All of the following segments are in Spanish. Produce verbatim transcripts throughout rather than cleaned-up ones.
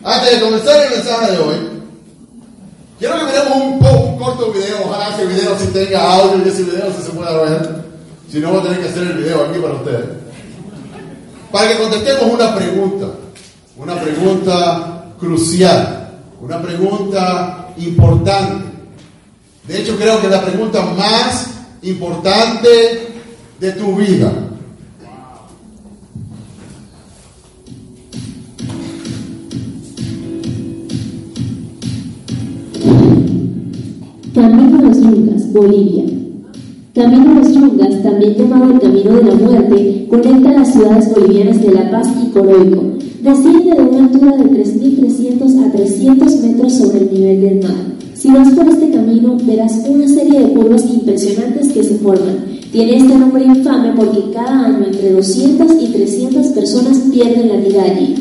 Antes de comenzar el mensaje de hoy, quiero que miremos un, un corto video. Ojalá que el video si tenga audio y ese video si se pueda ver. Si no, voy a tener que hacer el video aquí para ustedes. Para que contestemos una pregunta. Una pregunta crucial. Una pregunta importante. De hecho, creo que es la pregunta más importante de tu vida. Camino Los Yungas, Bolivia. Camino Los Yungas, también llamado el Camino de la Muerte, conecta las ciudades bolivianas de La Paz y Coroico. Desciende de una altura de tres mil trescientos a trescientos metros sobre el nivel del mar. Si vas por este camino, verás una serie de pueblos impresionantes que se forman. Tiene este nombre infame porque cada año entre doscientas y trescientas personas pierden la vida allí.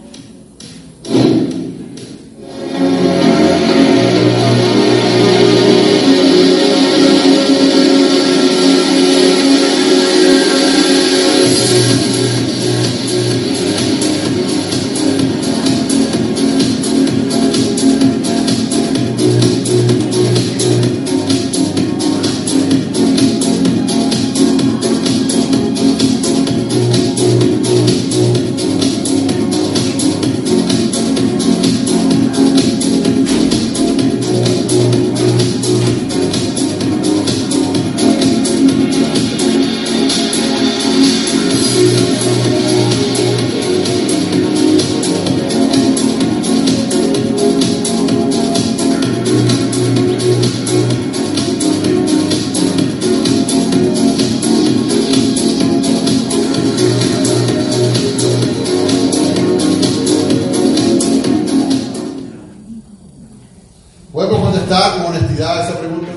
¿Podemos contestar con honestidad esa pregunta?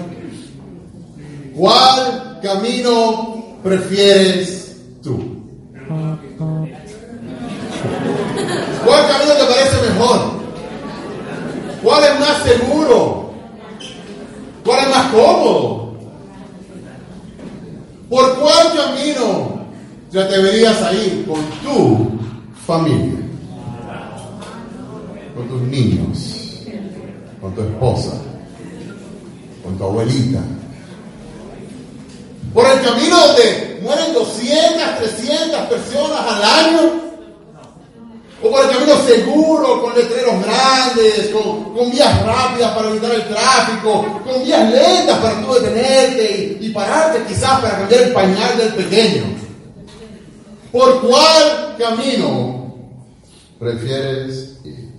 ¿Cuál camino prefieres tú? ¿Cuál camino te parece mejor? ¿Cuál es más seguro? ¿Cuál es más cómodo? ¿Por cuál camino te atreverías a ir con tu familia? Con tus niños, con tu esposa, con tu abuelita. Por el camino donde mueren doscientas, trescientas personas al año. O por el camino seguro, con letreros grandes, con, con vías rápidas para evitar el tráfico, con vías lentas para tú detenerte y, y pararte quizás para cambiar el pañal del pequeño. ¿Por cuál camino prefieres ir?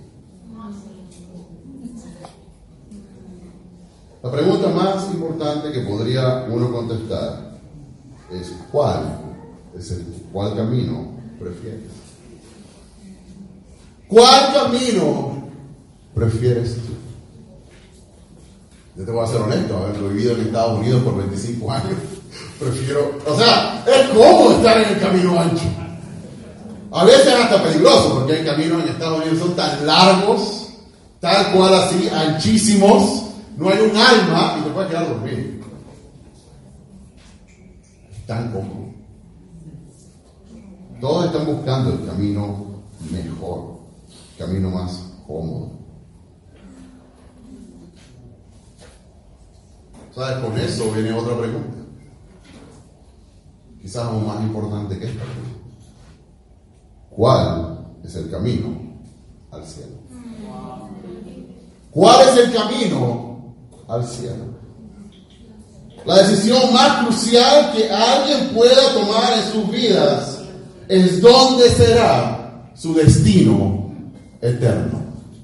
La pregunta más importante que podría uno contestar es ¿cuál es el cuál camino prefieres? ¿Cuál camino prefieres tú? Yo te voy a ser honesto, haberlo vivido en Estados Unidos por veinticinco años, prefiero, o sea, es cómodo estar en el camino ancho. A veces es hasta peligroso, porque hay caminos en Estados Unidos que son tan largos, tal cual así, anchísimos, no hay un alma y te puedes quedar dormido. Es tan cómodo. Todos están buscando el camino mejor, el camino más cómodo. ¿Sabes? Con eso viene otra pregunta. Quizás aún más importante que esta. ¿Cuál es el camino al cielo? ¿Cuál es el camino al cielo? La decisión más crucial que alguien pueda tomar en sus vidas es dónde será su destino eterno.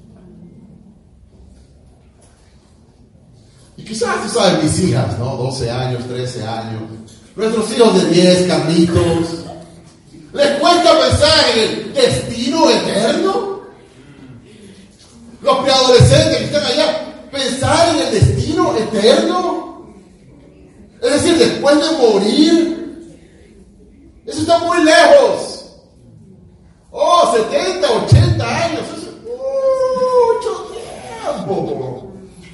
Y quizás, tú sabes, mis hijas, ¿no? doce años, trece años, nuestros hijos de diez, Carlitos, ¿les cuesta pensar en el destino eterno? Los preadolescentes que están allá, pensar en el destino eterno. Es decir, después de morir, eso está muy lejos. Oh, setenta, ochenta años, eso es mucho tiempo.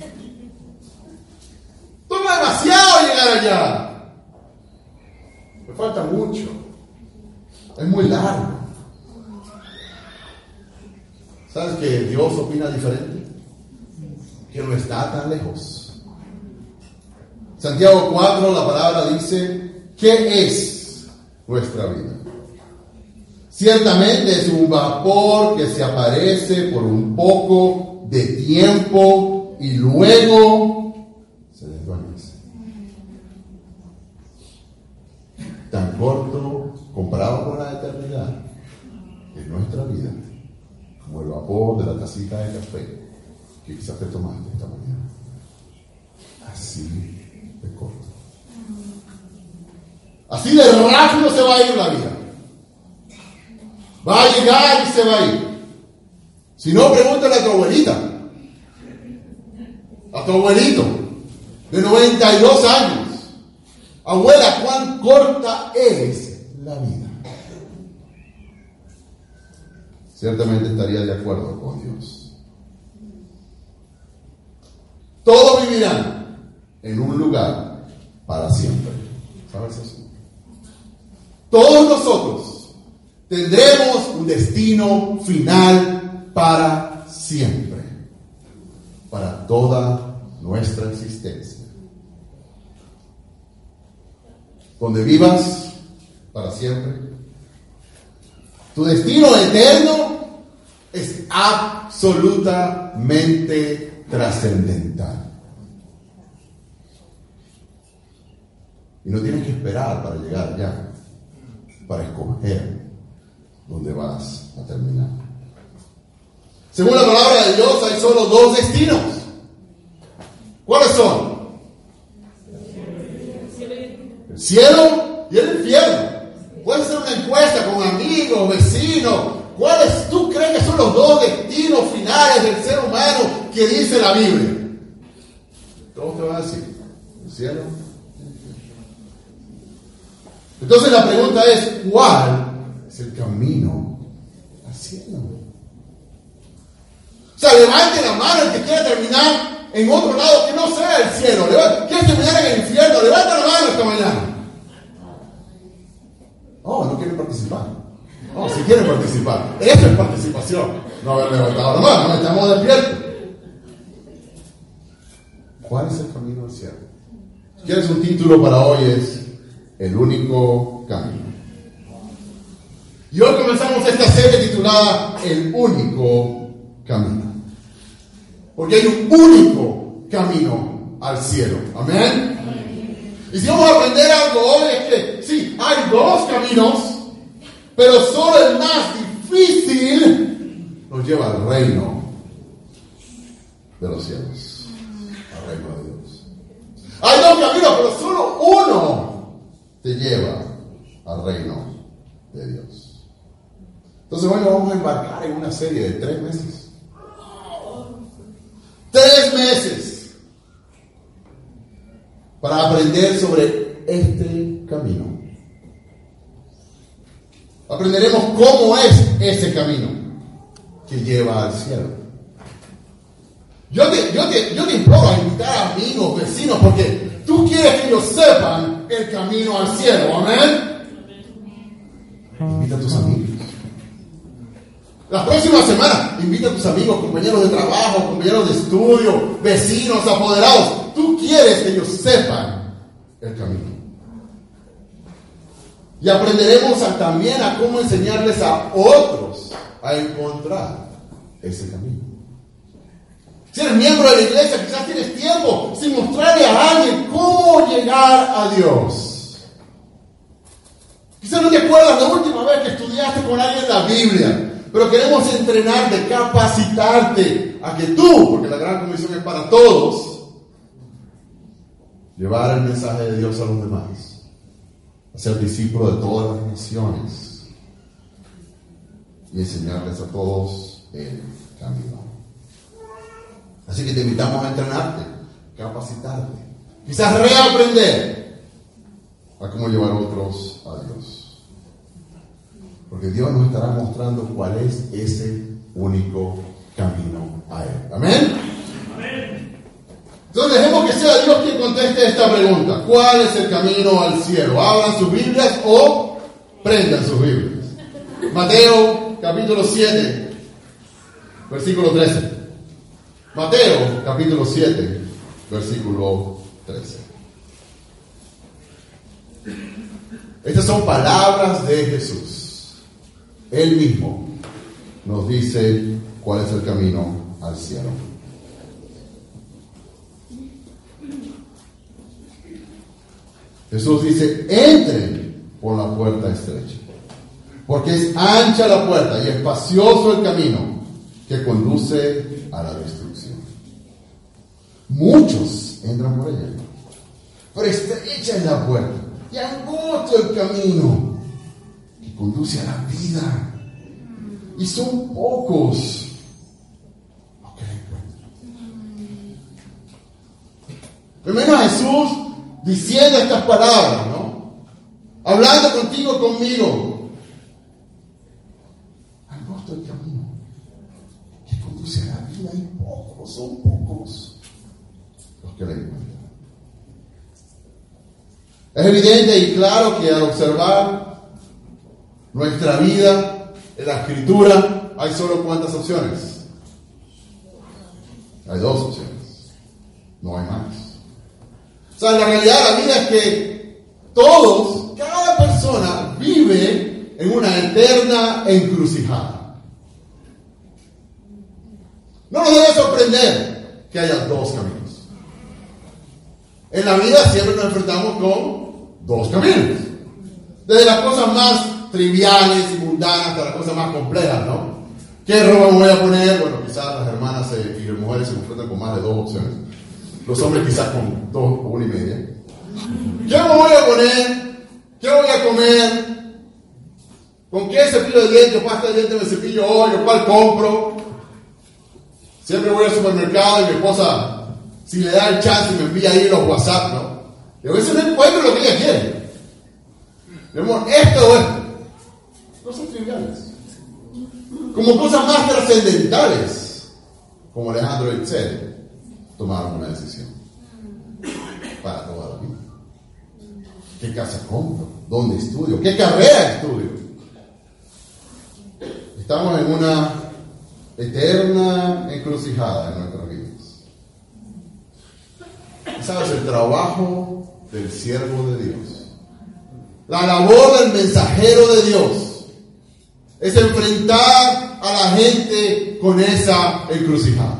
Toma demasiado llegar allá. Me falta mucho. Es muy largo. ¿Sabes que Dios opina diferente? Que no está tan lejos. Santiago cuatro, la palabra dice, ¿qué es nuestra vida? Ciertamente es un vapor que se aparece por un poco de tiempo y luego se desvanece. Tan corto comparado con la eternidad es nuestra vida, como el vapor de la tacita de café que quizás te tomaste esta mañana. Así de corto. Así de rápido se va a ir la vida. Va a llegar y se va a ir. Si no, pregúntale a tu abuelita, a tu abuelito de noventa y dos años. Abuela, ¿cuán corta es la vida? Ciertamente estaría de acuerdo con Dios. Todos vivirán en un lugar para siempre. ¿Sabes eso? Todos nosotros tendremos un destino final para siempre, para toda nuestra existencia. Donde vivas para siempre. Tu destino eterno es absolutamente trascendental. Y no tienes que esperar para llegar allá, para escoger dónde vas a terminar. Según la palabra de Dios, hay solo dos destinos. ¿Cuáles son? El cielo y el infierno. Puedes hacer una encuesta con amigos, vecinos. ¿Cuáles tú crees que son los dos destinos finales del ser humano que dice la Biblia? Todos te van a decir, el cielo. Entonces la pregunta es, ¿cuál es el camino al cielo? O sea, levante la mano el que quiera terminar en otro lado que no sea el cielo. ¿Quieres terminar en el infierno? Levanta la mano esta mañana. Oh, no quieren participar. Oh, si quieren participar. Eso es participación. No haber levantado la mano, no estamos despiertos. ¿Cuál es el camino al cielo? Si quieres un título para hoy es El único camino. Y hoy comenzamos esta serie titulada El único camino. Porque hay un único camino al cielo. Amén. Y si vamos a aprender algo hoy es que sí, hay dos caminos, pero solo el más difícil nos lleva al reino de los cielos, al reino de Dios. Hay dos caminos, pero solo uno te lleva al reino de Dios. Entonces hoy nos vamos a embarcar en una serie de tres meses. Tres meses. Para aprender sobre este camino. Aprenderemos cómo es ese camino que lleva al cielo. Yo te, yo te, yo te imploro a invitar a amigos, vecinos, porque tú quieres que ellos sepan el camino al cielo. Amén. Invita a tus amigos. Las próximas semanas, invita a tus amigos, compañeros de trabajo, compañeros de estudio, vecinos, apoderados. Tú quieres que ellos sepan el camino. Y aprenderemos a, también a cómo enseñarles a otros a encontrar ese camino. Si eres miembro de la iglesia, quizás tienes tiempo sin mostrarle a alguien cómo llegar a Dios. Quizás no te acuerdas la última vez que estudiaste con alguien la Biblia. Pero queremos entrenarte, capacitarte a que tú, porque la gran comisión es para todos, llevar el mensaje de Dios a los demás, a ser discípulo de todas las naciones y enseñarles a todos el camino. Así que te invitamos a entrenarte, capacitarte, quizás reaprender a cómo llevar a otros a Dios. Porque Dios nos estará mostrando cuál es ese único camino a Él. ¿Amén? Amén. Entonces dejemos que sea Dios quien conteste esta pregunta. ¿Cuál es el camino al cielo? Abran sus Biblias o prendan sus Biblias. Mateo capítulo siete. versículo trece. Mateo, capítulo siete, versículo trece. Estas son palabras de Jesús. Él mismo nos dice cuál es el camino al cielo. Jesús dice: entren por la puerta estrecha, porque es ancha la puerta y espacioso el camino que conduce a la destrucción. Muchos entran por ella, pero estrecha es la puerta y angosto el camino que conduce a la vida, y son pocos los que la encuentran. Primero Jesús diciendo estas palabras, ¿no? Hablando contigo, conmigo. Angosto el camino que conduce a la vida, y pocos, son pocos los que la encuentran. Es evidente y claro que al observar nuestra vida en la Escritura, hay solo cuántas opciones. Hay dos opciones, no hay más. O sea, la realidad de la vida es que todos, cada persona vive en una eterna encrucijada. No nos debe sorprender que haya dos caminos. En la vida siempre nos enfrentamos con dos caminos. Desde las cosas más triviales y mundanas hasta las cosas más complejas, ¿no? ¿Qué ropa me voy a poner? Bueno, quizás las hermanas y las mujeres se enfrentan con más de dos opciones. Los hombres quizás con dos o una y media. ¿Qué me voy a poner? ¿Qué voy a comer? ¿Con qué cepillo de dientes o pasta de dientes me cepillo hoy? ¿O cuál compro? Siempre voy al supermercado y mi esposa, si le da el chance, me envía ahí los WhatsApp, ¿no? Y a veces no encuentro lo que ella quiere. Mi amor, esto o esto. Cosas triviales. Como cosas más trascendentales, como Alejandro y Itzel tomaron una decisión para toda la vida. ¿Qué casa compro? ¿Dónde estudio? ¿Qué carrera estudio? Estamos en una eterna encrucijada en nuestras vidas. ¿Sabes? El trabajo del siervo de Dios, la labor del mensajero de Dios, es enfrentar a la gente con esa encrucijada.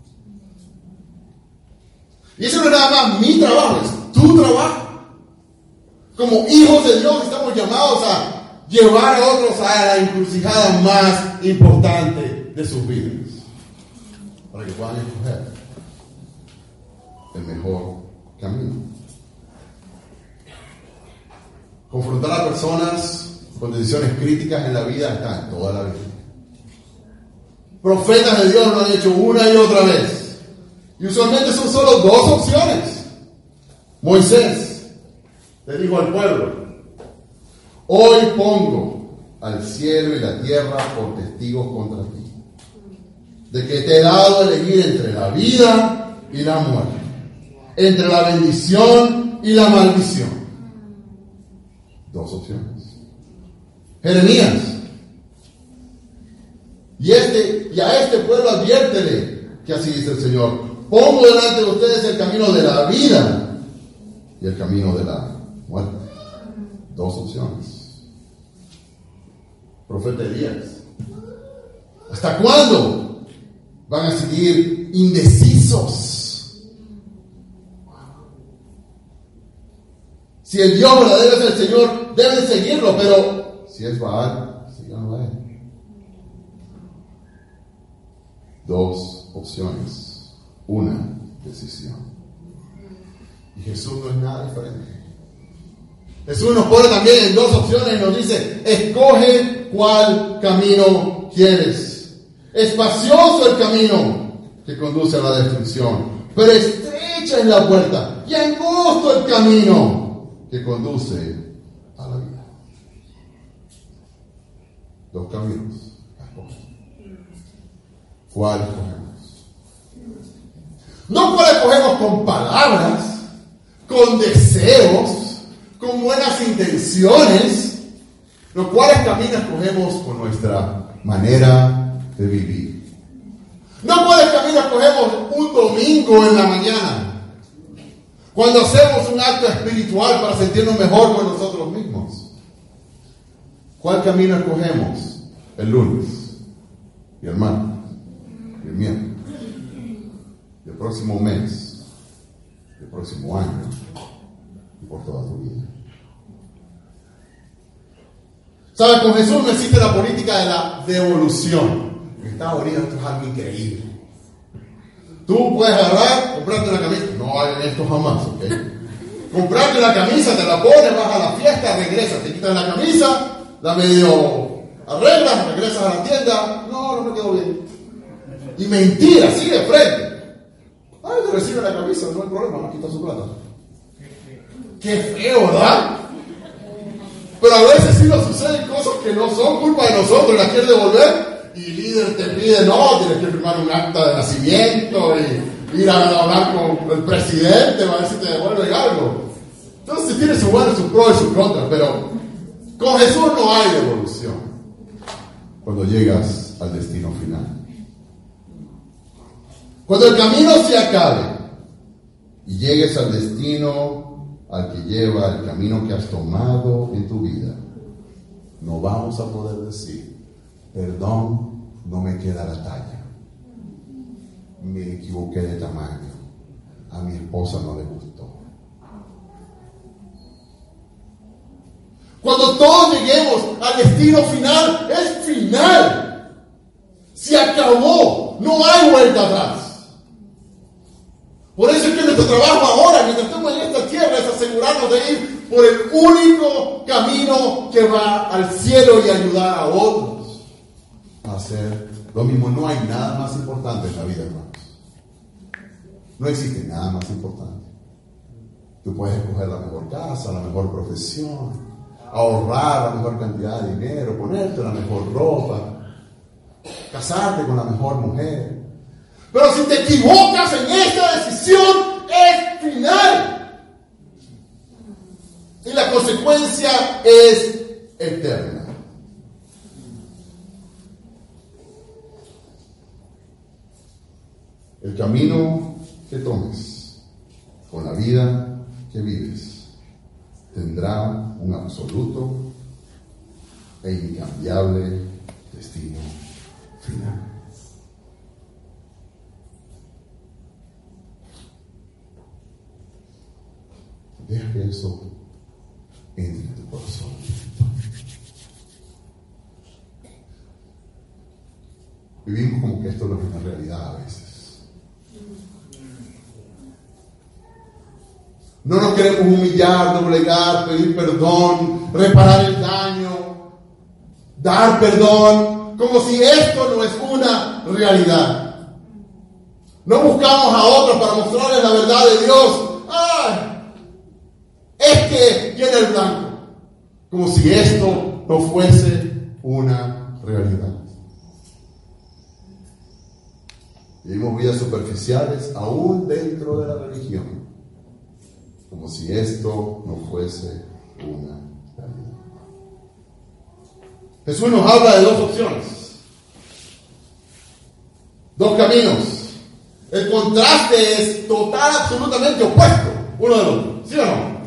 Y eso no es nada más mi trabajo, es tu trabajo. Como hijos de Dios estamos llamados a llevar a otros a la encrucijada más importante de sus vidas, para que puedan escoger el mejor camino. Confrontar a personas con decisiones críticas en la vida está en toda la vida. Profetas de Dios lo han hecho una y otra vez. Y usualmente son solo dos opciones. Moisés le dijo al pueblo: hoy pongo al cielo y la tierra por testigos contra ti, de que te he dado a elegir entre la vida y la muerte, entre la bendición y la maldición. Dos opciones. Jeremías: y, este, y a este pueblo adviértele que así dice el Señor: pongo delante de ustedes el camino de la vida y el camino de la muerte. Dos opciones. Profeta Elías: ¿hasta cuándo van a seguir indecisos? Si el Dios verdadero es el Señor, deben seguirlo, pero si es Baal, síganlo a él. Dos opciones, una decisión. Y Jesús no es nada diferente. Jesús nos pone también en dos opciones y nos dice: escoge cuál camino quieres. Espacioso el camino que conduce a la destrucción, pero estrecha es la puerta y angosto el camino que conduce a la vida. Dos caminos. ¿Cuál escogemos? No cuál escogemos con palabras, con deseos, con buenas intenciones, los cuales caminos escogemos con nuestra manera de vivir. camino escogemos un domingo en la mañana? Cuando hacemos un acto espiritual para sentirnos mejor con nosotros mismos. ¿Cuál camino escogemos el lunes y el martes y el miércoles y el próximo mes y el próximo año y por toda tu vida? ¿Sabes? Con Jesús no existe la política de la devolución. En Estados Unidos esto es algo increíble. Tú puedes agarrar, comprarte una camisa. No hagan esto jamás, ¿ok? Comprarte una camisa, te la pones, vas a la fiesta, regresas, te quitas la camisa, la medio arreglas, regresas a la tienda. No, no me quedó bien. Y mentira, sigue de frente. Ay, te recibe la camisa, no hay problema, no quita su plata. Qué feo, ¿verdad? Pero a veces sí nos suceden cosas que no son culpa de nosotros y las quieres devolver. Y el líder te pide, no, tienes que firmar un acta de nacimiento y ir a hablar con el presidente, va a ver si te devuelven algo. Entonces tiene sus buenos, sus pros y sus contras, pero con Jesús no hay devolución cuando llegas al destino final. Cuando el camino se acabe y llegues al destino al que lleva el camino que has tomado en tu vida, no vamos a poder decir, perdón, no me queda la talla, me equivoqué de tamaño, a mi esposa no le gustó. Cuando todos lleguemos al destino final, es final, se acabó, no hay vuelta atrás. Por eso es que nuestro trabajo ahora, mientras estamos en esta tierra, es asegurarnos de ir por el único camino que va al cielo y ayudar a otros a hacer lo mismo. No hay nada más importante en la vida, hermanos. No existe nada más importante. Tú puedes escoger la mejor casa, la mejor profesión, ahorrar la mejor cantidad de dinero, ponerte la mejor ropa, casarte con la mejor mujer. Pero si te equivocas en esta decisión, es final. Y la consecuencia es eterna. El camino que tomes con la vida que vives tendrá un absoluto e incambiable destino final. Deja que eso entre en tu corazón. Vivimos como que esto no es una realidad a veces. No nos queremos humillar, doblegar, pedir perdón, reparar el daño, dar perdón, como si esto no es una realidad. No buscamos a otros para mostrarles la verdad de Dios. ¡Ay! Es que tiene el blanco, como si esto no fuese una realidad. Vivimos vidas superficiales aún dentro de la religión, como si esto no fuese una realidad. Jesús nos habla de dos opciones, dos caminos. El contraste es total, absolutamente opuesto uno del otro, ¿sí o no?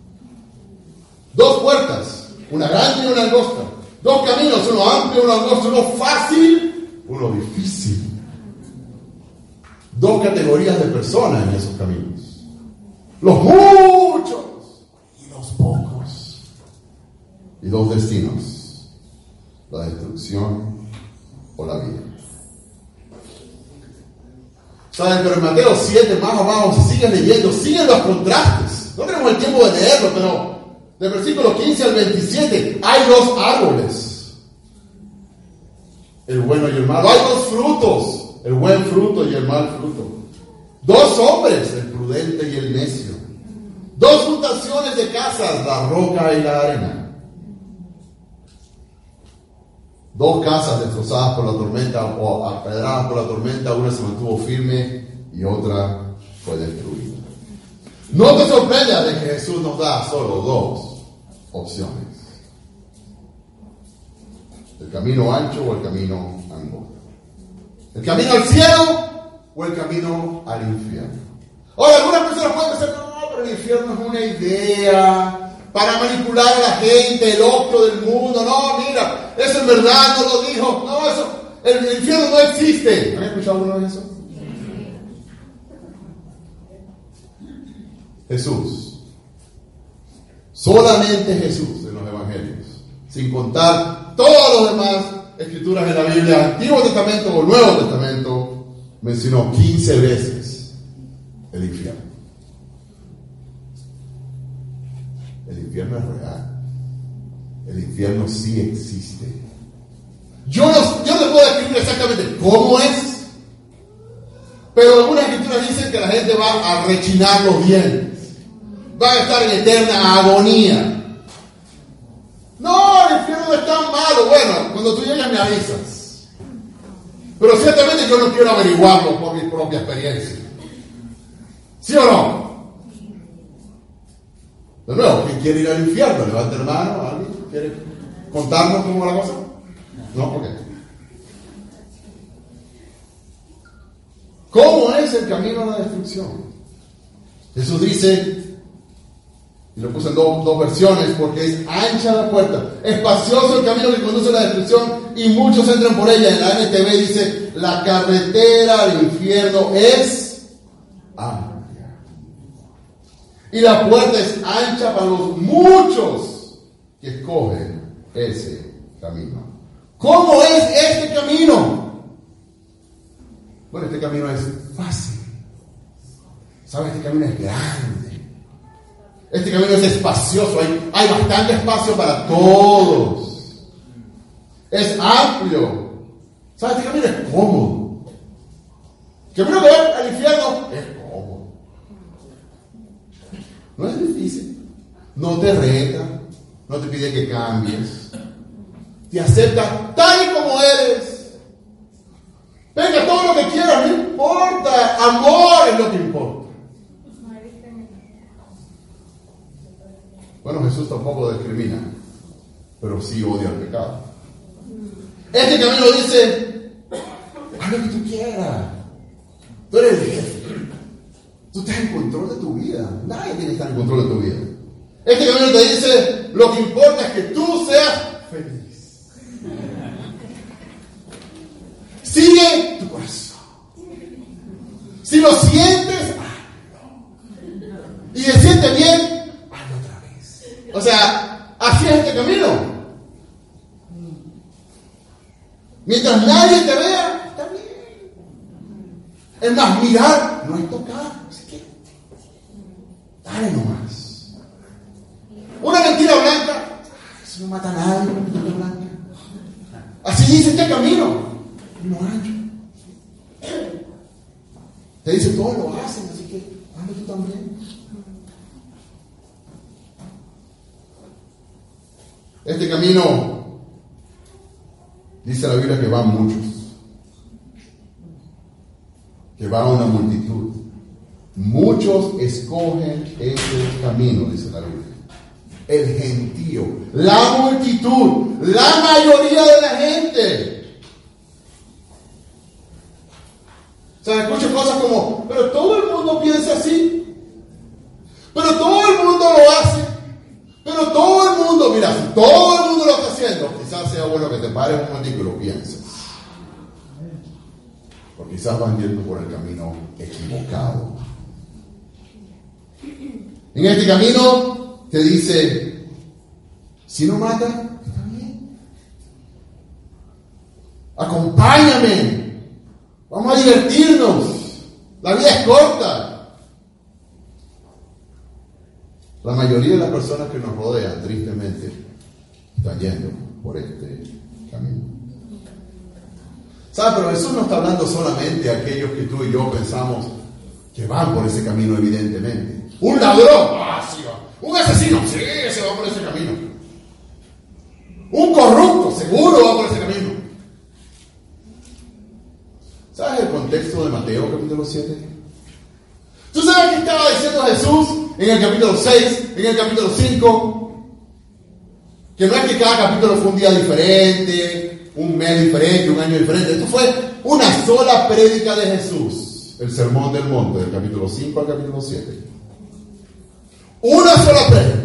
Dos puertas, una grande y una angosta. Dos caminos, uno amplio, uno angosto, uno fácil, uno difícil. Dos categorías de personas en esos caminos. Los muchos y los pocos. Y dos destinos, la destrucción o la vida. ¿Saben? Pero en Mateo siete, más abajo, si siguen leyendo, siguen los contrastes. No tenemos el tiempo de leerlo, pero del versículo quince al veintisiete, hay dos árboles, el bueno y el malo. Hay dos frutos, el buen fruto y el mal fruto. Dos hombres, el prudente y el necio. Dos fundaciones de casas, la roca y la arena. Dos casas destrozadas por la tormenta o apedradas por la tormenta, una se mantuvo firme y otra fue destruida. No te sorprendas de que Jesús nos da solo dos opciones: el camino ancho o el camino angosto, el camino al cielo o o el camino al infierno? Ahora, algunas personas pueden pensar, no, pero el infierno es una idea para manipular a la gente, el opio del mundo. No, mira, eso en verdad no lo dijo. No, eso, el, el infierno no existe. ¿Han escuchado alguna vez eso? Jesús, solamente Jesús en los evangelios, sin contar todas las demás escrituras de la Biblia, Antiguo Testamento o Nuevo Testamento, mencionó quince veces el infierno. El infierno es real. El infierno sí existe. Yo no, yo no puedo describir exactamente cómo es, pero algunas escrituras dicen que la gente va a rechinar los dientes, va a estar en eterna agonía. No, el infierno no es tan malo. Bueno, cuando tú llegas me avisas. Pero ciertamente yo no quiero averiguarlo por mi propia experiencia. ¿Sí o no? De nuevo, ¿quién quiere ir al infierno? Levanta el mano, ¿alguien quiere contarnos cómo va la cosa? No, ¿por qué? ¿Cómo es el camino a la destrucción? Jesús dice, y lo puse en dos, dos versiones, porque es ancha la puerta, espacioso el camino que conduce a la destrucción, y muchos entran por ella. En la N T V dice, la carretera al infierno es amplia, y la puerta es ancha para los muchos que escogen ese camino. ¿Cómo es este camino? Bueno, este camino es fácil. ¿Sabes? Este camino es grande. Este camino es espacioso. Hay, hay bastante espacio para todos. Es amplio. ¿Sabes? Este camino es cómodo. El camino que va al infierno es cómodo. No es difícil. No te reta. No te pide que cambies. Te acepta tal y como eres. Venga, todo lo que quieras, no importa. Amor es lo que importa. Bueno, Jesús tampoco discrimina, pero sí odia el pecado. Este camino dice, haz lo que tú quieras. Tú eres el jefe. Tú estás en control de tu vida. Nadie tiene que estar en control de tu vida. Este camino te dice, lo que importa es que tú seas feliz. Sigue tu corazón. Si lo sientes, hazlo. Y te sientes bien, hazlo otra vez. O sea, así es este camino. Mientras nadie te vea, está bien. Es más, mirar no es tocar. Así que, dale nomás. Una mentira blanca, eso no mata a nadie, una mentira blanca. Así dice este camino. No ancho. Te dice, todos lo hacen, así que hazlo tú también. Este camino, dice la Biblia que van muchos, que va una multitud. Muchos escogen ese camino, dice la Biblia. El gentío, la multitud, la mayoría de la gente. O sea, escucho cosas como, pero todo el mundo piensa así, pero todo el mundo lo hace, pero todo el mundo, mira, si todo el mundo lo está haciendo, quizás sea bueno que te pares un momento y que lo pienses, porque quizás van yendo por el camino equivocado. En este camino te dice, si no mata, está bien, acompáñame. Vamos a divertirnos. La vida es corta. La mayoría de las personas que nos rodean, tristemente, están yendo por este camino. ¿Sabes? Pero Jesús no está hablando solamente a aquellos que tú y yo pensamos que van por ese camino, evidentemente. Un ladrón, ah, sí va. Un asesino, sí, se va por ese camino. Un corrupto, seguro va por ese camino. ¿Sabes el contexto de Mateo capítulo siete? ¿Tú sabes qué estaba diciendo Jesús en el capítulo seis, en el capítulo cinco? Que no es que cada capítulo fue un día diferente, un mes diferente, un año diferente. Esto fue una sola prédica de Jesús. el Sermón del Monte, del capítulo cinco al capítulo siete. Una sola prédica.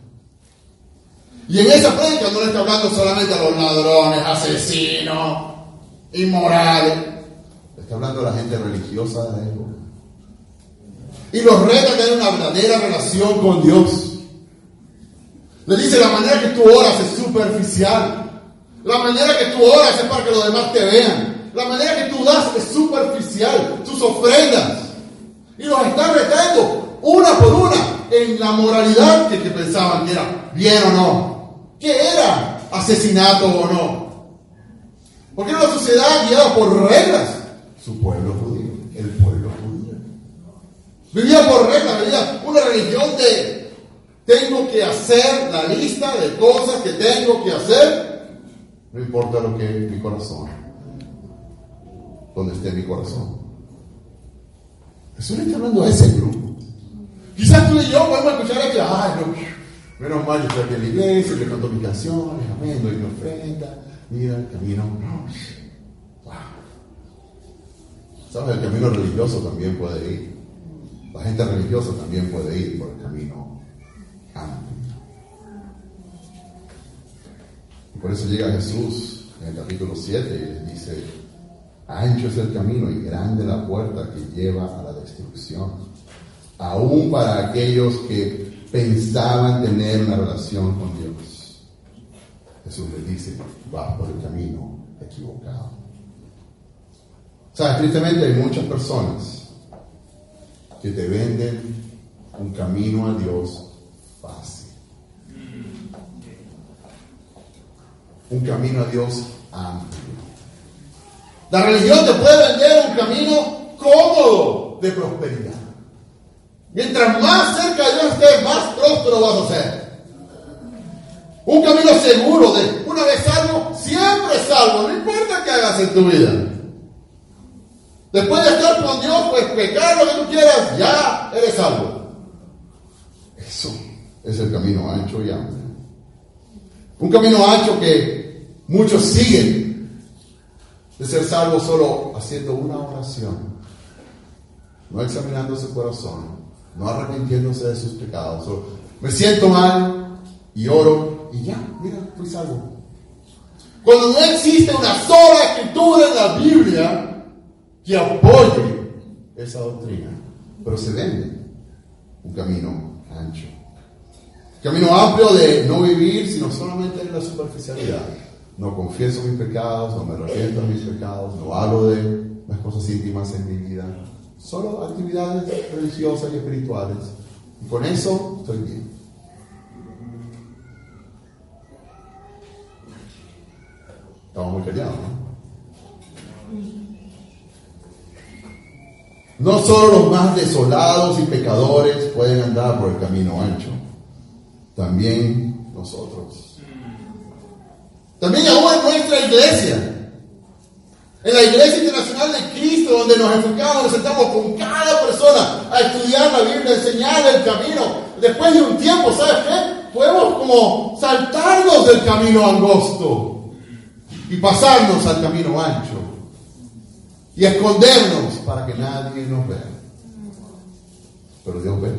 Y en esa prédica no le está hablando solamente a los ladrones, asesinos, inmorales. Le está hablando a la gente religiosa de la época. Y los reta a tener una verdadera relación con Dios. Le dice: la manera que tú oras es superficial. La manera que tú oras es para que los demás te vean. La manera que tú das es superficial. Tus ofrendas. Y los está retando una por una en la moralidad que, que pensaban que era bien o no. ¿Qué era asesinato o no? Porque era una sociedad guiada por reglas. Su pueblo judío, el pueblo judío. Vivía por reglas, vivía una religión de tengo que hacer la lista de cosas que tengo que hacer. No importa lo que es mi corazón, donde esté mi corazón. Jesús le está hablando a ese grupo. Quizás tú y yo podemos escuchar aquí, ay, no, menos mal yo estoy aquí en la iglesia, le canto mis canciones, amén, doy mi ofrenda, mira el camino. Wow. ¿Sabes? El camino religioso también puede ir. La gente religiosa también puede ir por el camino amplio. Y por eso llega Jesús en el capítulo siete y les dice: ancho es el camino y grande la puerta que lleva a la destrucción, aún para aquellos que pensaban tener una relación con Dios. Jesús les dice: vas por el camino equivocado. ¿Sabes? Tristemente hay muchas personas que te venden un camino a Dios fácil. Un camino a Dios amplio. La religión te puede vender un camino cómodo de prosperidad. Mientras más cerca de Dios estés, más próspero vas a ser. Un camino seguro de una vez salvo, siempre salvo, no importa qué hagas en tu vida. Después de estar con Dios, pues pecar lo que tú quieras, ya eres salvo. Eso es el camino ancho y amplio. Un camino ancho que muchos siguen, de ser salvos solo haciendo una oración, no examinando su corazón, no arrepintiéndose de sus pecados. Solo, me siento mal y oro y ya, mira, fui salvo. Cuando no existe una sola escritura en la Biblia que apoye esa doctrina, pero se vende un camino ancho. Camino amplio de no vivir sino solamente en la superficialidad. No confieso mis pecados, no me arrepiento de mis pecados, no hablo de las cosas íntimas en mi vida. Solo actividades religiosas y espirituales. Y con eso estoy bien. Estamos muy callados, ¿no? No solo los más desolados y pecadores pueden andar por el camino ancho. También nosotros. También aún en nuestra iglesia. En la Iglesia Internacional de Cristo, donde nos enfocamos, nos sentamos con cada persona a estudiar la Biblia, a enseñar el camino. Después de un tiempo, ¿sabes qué? Podemos como saltarnos del camino angosto y pasarnos al camino ancho y escondernos para que nadie nos vea. Pero Dios ve.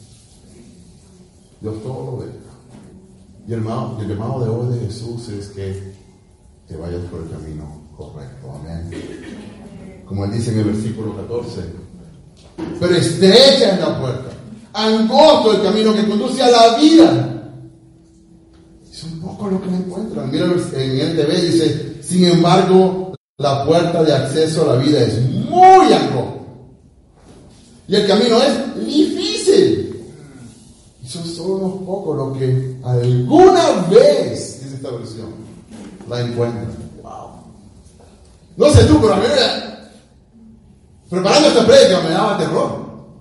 Dios todo lo ve. Y el llamado, el llamado de hoy de Jesús es que te vayas por el camino correcto, amén. Como él dice en el versículo catorce: pero estrecha es la puerta, angosto el camino que conduce a la vida. Es un poco lo que me encuentran. Mira, en el T V dice: sin embargo, la puerta de acceso a la vida es muy angosta y el camino es difícil. Y son solo unos pocos los que alguna vez, dice esta versión, la encuentran. Wow. No sé tú, pero a mí me, preparando esta prédica me daba terror.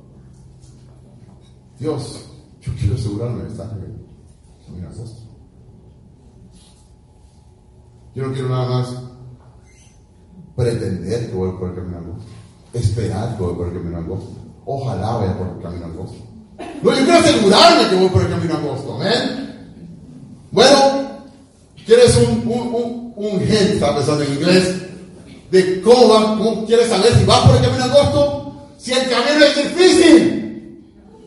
Dios, yo quiero asegurarme de estar en el camino angosto. Yo no quiero nada más pretender que voy por el camino angosto, esperar que voy por el camino angosto, ojalá vaya por el camino angosto. No, yo quiero asegurarme que voy por el camino angosto, amén. Bueno, ¿quieres un, un, un, un hint, estaba pensando en inglés, de cómo, va, cómo quieres saber si vas por el camino angosto? Si el camino es difícil,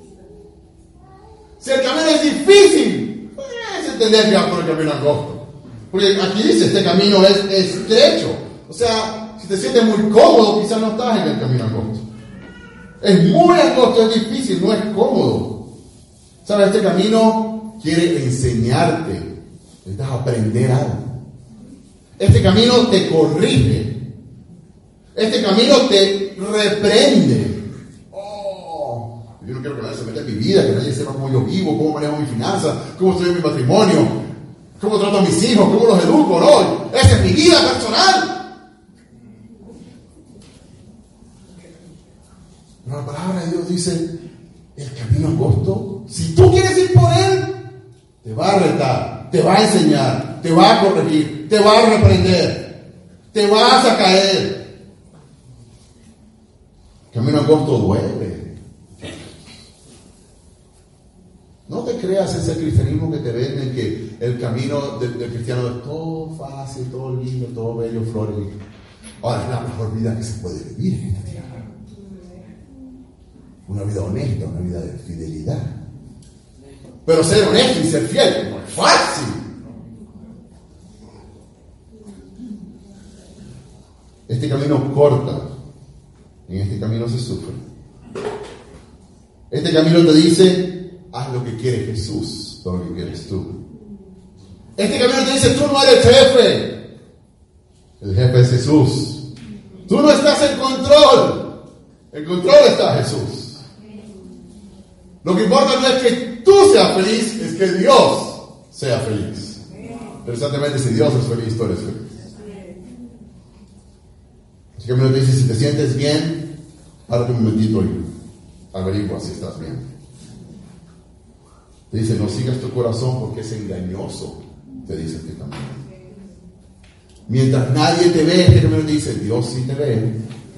si el camino es difícil, pues se tendría que ir por el camino angosto. Porque aquí dice, este camino es estrecho. O sea, si te sientes muy cómodo, quizás no estás en el camino angosto. Es muy angosto, es difícil, no es cómodo. ¿Sabes? Este camino quiere enseñarte. Necesitas aprender algo. Este camino te corrige. Este camino te reprende. Oh, yo no quiero que nadie se meta en mi vida, que nadie sepa cómo yo vivo, cómo manejo mi finanzas, cómo estoy en mi matrimonio, cómo trato a mis hijos, cómo los educo. No, esa es mi vida personal. Pero la palabra de Dios dice, el camino angosto, si tú quieres ir por él, te va a retar, te va a enseñar, te va a corregir, te va a reprender, te vas a caer. El camino angosto duele. No te creas ese cristianismo que te venden, que el camino del, del cristiano es todo fácil, todo lindo, todo bello, flores. Ahora es la mejor vida que se puede vivir en esta tierra. Una vida honesta, una vida de fidelidad. Pero ser honesto y ser fiel no es fácil. Este camino corta, en este camino se sufre. Este camino te dice, haz lo que quiere Jesús, no lo que quieres tú. Este camino te dice, tú no eres jefe. El jefe es Jesús. Tú no estás en control. En control está Jesús. Lo que importa no es que tú seas feliz, es que Dios sea feliz. Pero exactamente si Dios es feliz, tú eres feliz. Así que me dice, si te sientes bien, párate un momentito y averigua si estás bien. Te dice, no sigas tu corazón porque es engañoso, te dice este camino. Mientras nadie te ve, este camino te dice, Dios sí te ve.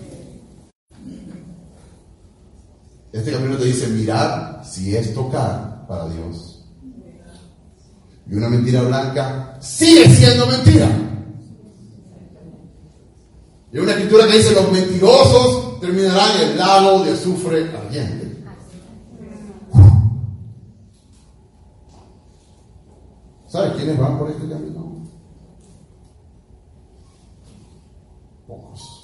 Este camino te dice, mirad si es tocar para Dios. Y una mentira blanca sigue siendo mentira. Y una escritura que dice, los mentirosos terminarán en el lago de azufre ardiente. ¿Sabes quiénes van por este camino? Pocos.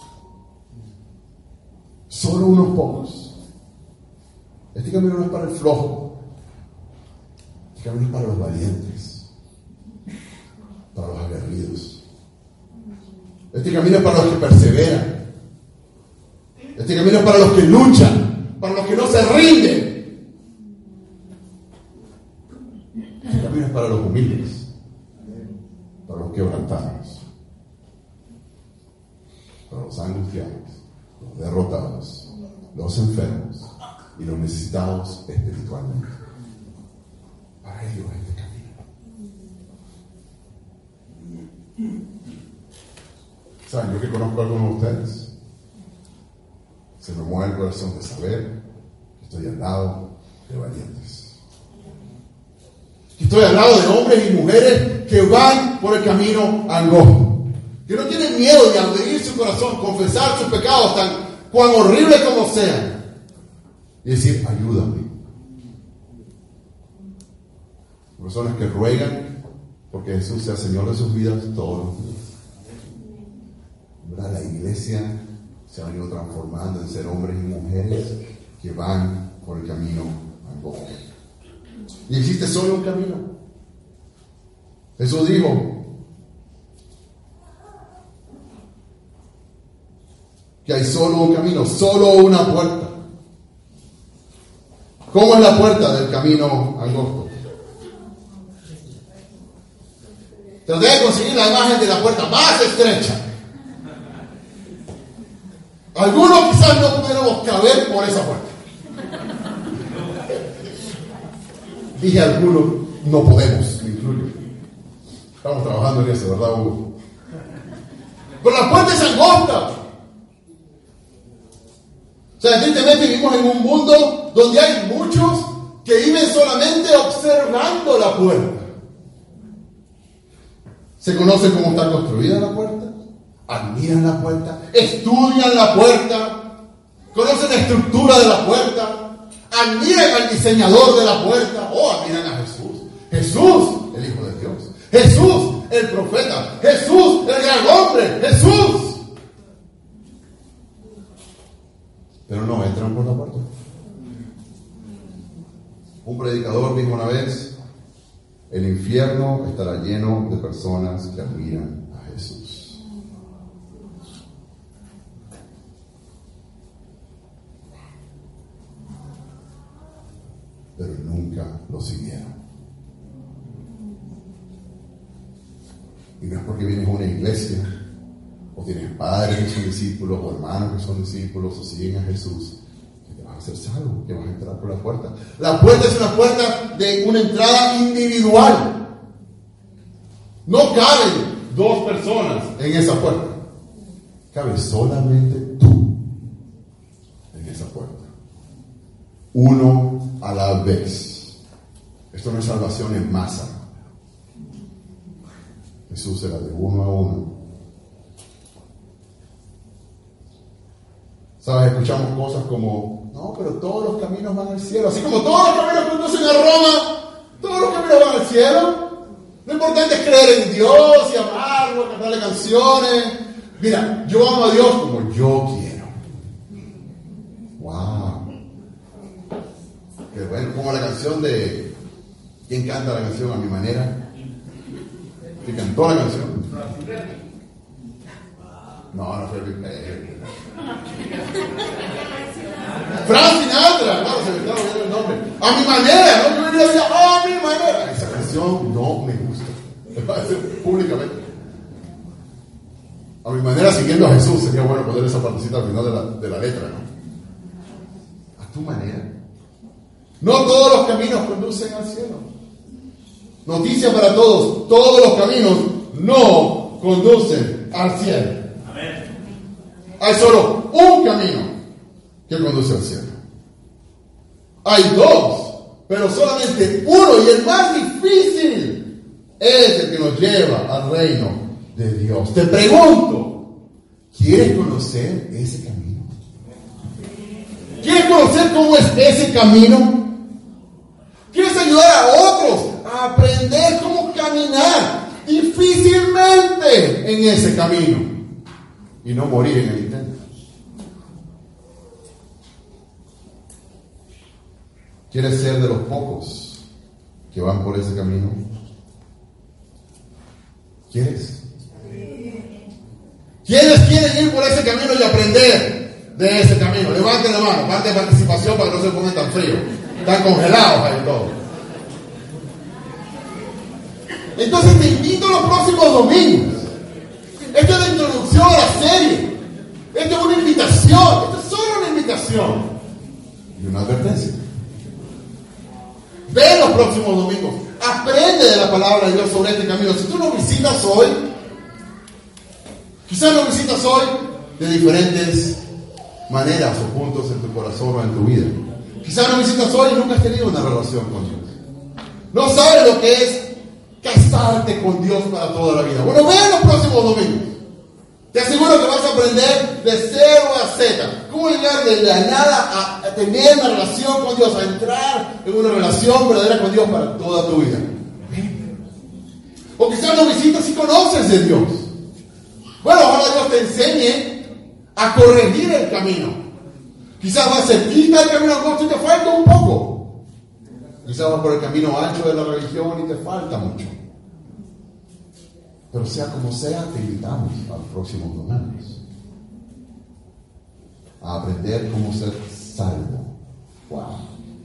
Solo unos pocos. Este camino no es para el flojo. Este camino es para los valientes, para los aguerridos. Este camino es para los que perseveran. Este camino es para los que luchan, para los que no se rinden. Este camino es para los humildes, para los quebrantados, para los angustiados, los derrotados, los enfermos y los necesitados espiritualmente. Para ellos es este camino. ¿Saben? Yo que conozco a algunos de ustedes, se me mueve el corazón de saber que estoy al lado de valientes. Que estoy al lado de hombres y mujeres que van por el camino angosto. Que no tienen miedo de abrir su corazón, confesar sus pecados, tan cuán horribles como sean. Y decir, ayúdame. Personas que ruegan porque Jesús sea Señor de sus vidas todos los días. ¿Verdad? La iglesia se ha venido transformando en ser hombres y mujeres que van por el camino angosto. Y existe solo un camino. Jesús dijo que hay solo un camino, solo una puerta. ¿Cómo es la puerta del camino angosto? Traté de conseguir la imagen de la puerta más estrecha. Algunos quizás no pudiéramos caber por esa puerta. Dije algunos, no podemos, me incluyo. Estamos trabajando en eso, ¿verdad, Hugo? Pero la puerta es angosta. O sea, tristemente vivimos en un mundo donde hay muchos que viven solamente observando la puerta. Se conoce cómo está construida la puerta, admiran la puerta, estudian la puerta, conocen la estructura de la puerta, admiran al diseñador de la puerta, o admiran a Jesús. Jesús, el Hijo de Dios. Jesús, el profeta. Jesús, el gran hombre. Jesús. Pero no entran por la puerta. Un predicador dijo una vez: el infierno estará lleno de personas que admiran a Jesús. Pero nunca lo siguieron. Y no es porque vienes a una iglesia, o tienes padres que son discípulos, o hermanos que son discípulos, o siguen a Jesús, que te vas a hacer salvo, que vas a entrar por la puerta. La puerta es una puerta de una entrada individual. No caben dos personas en esa puerta. Cabe solamente tú en esa puerta. Uno a la vez. Esto no es salvación en masa. Jesús era de uno a uno. ¿Sabes? Escuchamos cosas como: no, pero todos los caminos van al cielo. Así como todos los caminos conducen a Roma, todos los caminos van al cielo. Lo importante es creer en Dios y amarlo, cantarle canciones. Mira, yo amo a Dios como yo quiero. Wow. Qué bueno, como la canción de... ¿Quién canta la canción a mi manera? ¿Quién cantó la canción? No, no fue el Frank Sinatra, claro, se me está olvidando el nombre. A mi manera, ¿no? Yo venía a decir, a mi manera. Esa canción no me gusta. Me va a decir públicamente. A mi manera, siguiendo a Jesús, sería bueno poner esa partecita al final de la, de la letra, ¿no? A tu manera. No todos los caminos conducen al cielo. Noticia para todos: todos los caminos no conducen al cielo. Amén. Hay solo un camino que conduce al cielo. Hay dos, pero solamente uno, y el más difícil es el que nos lleva al reino de Dios. Te pregunto: ¿quieres conocer ese camino? ¿Quieres conocer cómo es ese camino? ¿Quieres ayudar a otros a aprender cómo caminar difícilmente en ese camino y no morir en el intento? ¿Quieres ser de los pocos que van por ese camino? ¿Quieres? ¿Quiénes quieren ir por ese camino y aprender de ese camino? Levanten la mano, parte de participación para que no se pongan tan fríos, tan congelados ahí todos. Entonces te invito a los próximos domingos. Esto es la introducción a la serie. Esto es una invitación. Esto es solo una invitación y una advertencia. Ve los próximos domingos. Aprende de la palabra de Dios sobre este camino. Si tú lo visitas hoy, quizás lo visitas hoy de diferentes maneras o puntos en tu corazón o en tu vida. Quizás lo visitas hoy y nunca has tenido una relación con Dios. No sabes lo que es casarte con Dios para toda la vida. Bueno, ve los próximos domingos. Te aseguro que vas a aprender de cero a Z. Cómo llegar de la nada a tener una relación con Dios, a entrar en una relación verdadera con Dios para toda tu vida. O quizás lo visitas y conoces de Dios. Bueno, ahora Dios te enseñe a corregir el camino. Quizás vas cerquita del camino angosto y te falta un poco. Quizás vas por el camino ancho de la religión y te falta mucho. Pero sea como sea, te invitamos a los próximos domingos a aprender cómo ser salvo. Wow.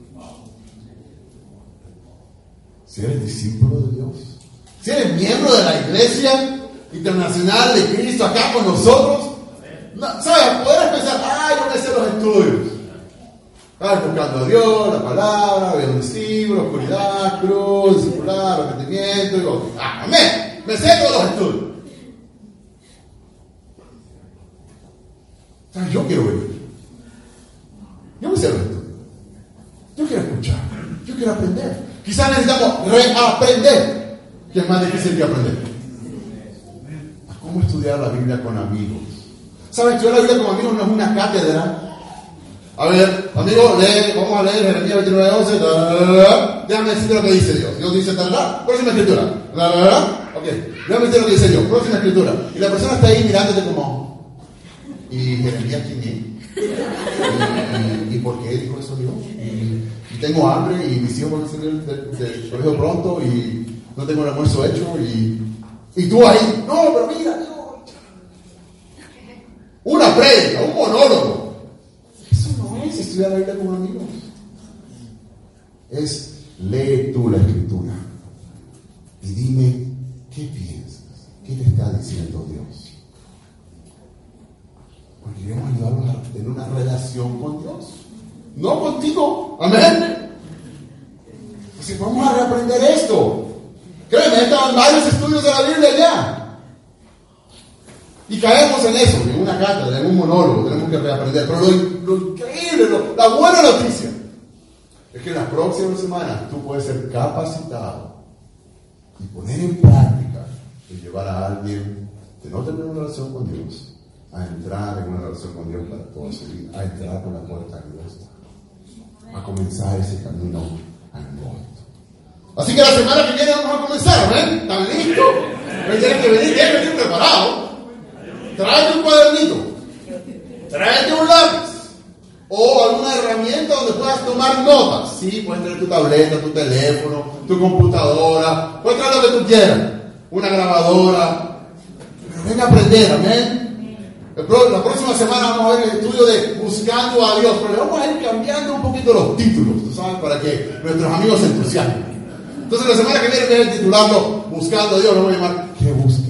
Si eres discípulo de Dios, si eres miembro de la Iglesia Internacional de Cristo acá con nosotros, ¿sabes? Podrás pensar, ah, yo me sé los estudios. Estás buscando a Dios, la palabra, viendo discípulos, oscuridad, cruz, discipular, arrepentimiento, y digo, ah, amén. Me sé todos los estudios. ¿Sabes? Yo quiero venir. Yo me sé los estudios. Yo quiero escuchar. Yo quiero aprender. Quizás necesitamos reaprender, que es más difícil que aprender. A cómo estudiar la Biblia con amigos. ¿Sabes? Estudiar la Biblia con amigos no es una cátedra. A ver, amigo, lee, vamos a leer Jeremías veintinueve once. Déjame decirte lo que dice Dios. Dios dice, tarará, próxima escritura. Tarará, ok, déjame decirte lo que dice Dios, próxima escritura. Y la persona está ahí mirándote como, ¿y Jeremías quién es? ¿Y, y, y por qué dijo eso Dios? Y, y tengo hambre y mis hijos van a salir del, del colegio pronto y no tengo el almuerzo hecho y, y tú ahí, no, pero mira, Dios. Una prédica, un monólogo. Eso no es estudiar la Biblia con amigos. Es lee tú la escritura y dime qué piensas, qué te está diciendo Dios. Porque queremos ayudarlos a tener una relación con Dios, no contigo. Amén. Así vamos a reaprender esto. Créeme, he estado en varios estudios de la Biblia ya. Y caemos en eso, en una cátedra, en un monólogo, tenemos que reaprender. Pero lo, lo increíble, lo, la buena noticia, es que en las próximas semanas tú puedes ser capacitado y poner en práctica y llevar a alguien que no tener una relación con Dios a entrar en una relación con Dios para toda su vida, a entrar por la puerta angosta, a comenzar ese camino angosto. Así que la semana que viene vamos a comenzar, ¿ven? ¿Están listos? Tienen que venir, tienen que venir preparados. Tráete un cuadernito, tráete un lápiz o alguna herramienta donde puedas tomar notas. Sí, puedes tener tu tableta, tu teléfono, tu computadora, puedes traer lo que tú quieras, una grabadora. Pero ven a aprender, amén. La próxima semana vamos a ver el estudio de Buscando a Dios, pero le vamos a ir cambiando un poquito los títulos, ¿tú sabes? Para que nuestros amigos se entusiasmen. Entonces la semana que viene, en vez de titularlo Buscando a Dios, lo voy a llamar ¿qué buscas?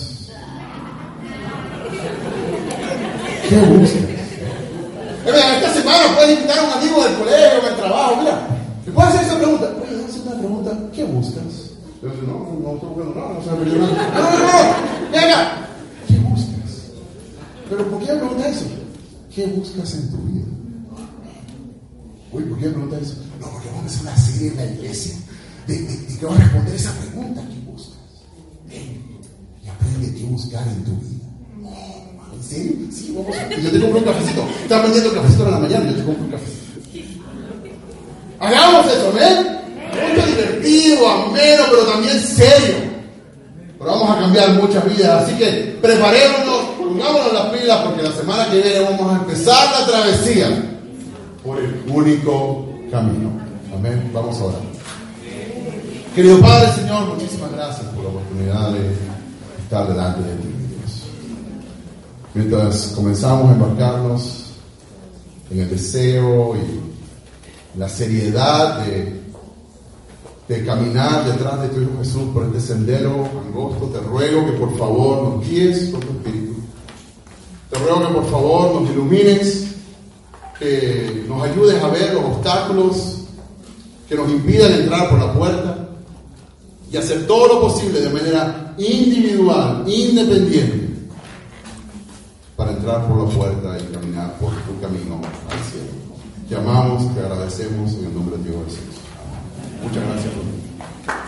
¿Qué buscas? Esta semana puedes invitar a un amigo del colegio, del trabajo, mira, le puedes hacer esa pregunta. Oye, hacer una pregunta, ¿qué buscas? Yo digo, no, no, estoy buscando nada, no sé, no, no, no, no, venga, ¿qué buscas? Pero ¿por qué me pregunta eso? ¿Qué buscas en tu vida? Uy, ¿por qué me pregunta eso? No, porque vamos a hacer una serie en la iglesia de, de, de que vas a responder esa pregunta, ¿qué buscas? Ven y aprende qué buscar en tu vida. ¿En serio? Sí, vamos a... Yo te compro un cafecito. Estaba vendiendo cafecito en la mañana, yo te compro un cafecito. Hagamos eso, ¿ven? Mucho divertido, ameno, pero también serio. Pero vamos a cambiar muchas vidas. Así que preparémonos, pongámonos las pilas, porque la semana que viene vamos a empezar la travesía por el único camino. Amén. Vamos a orar. Querido Padre, Señor, muchísimas gracias por la oportunidad de estar delante de ti. Mientras comenzamos a embarcarnos en el deseo y la seriedad de, de caminar detrás de tu Hijo Jesús por este sendero angosto, te ruego que por favor nos guíes con tu Espíritu. Te ruego que por favor nos ilumines, que nos ayudes a ver los obstáculos que nos impidan entrar por la puerta y hacer todo lo posible de manera individual, independiente, para entrar por la puerta y caminar por tu camino al cielo. Te amamos, te agradecemos en el nombre de Dios Jesús. Amén. Muchas gracias por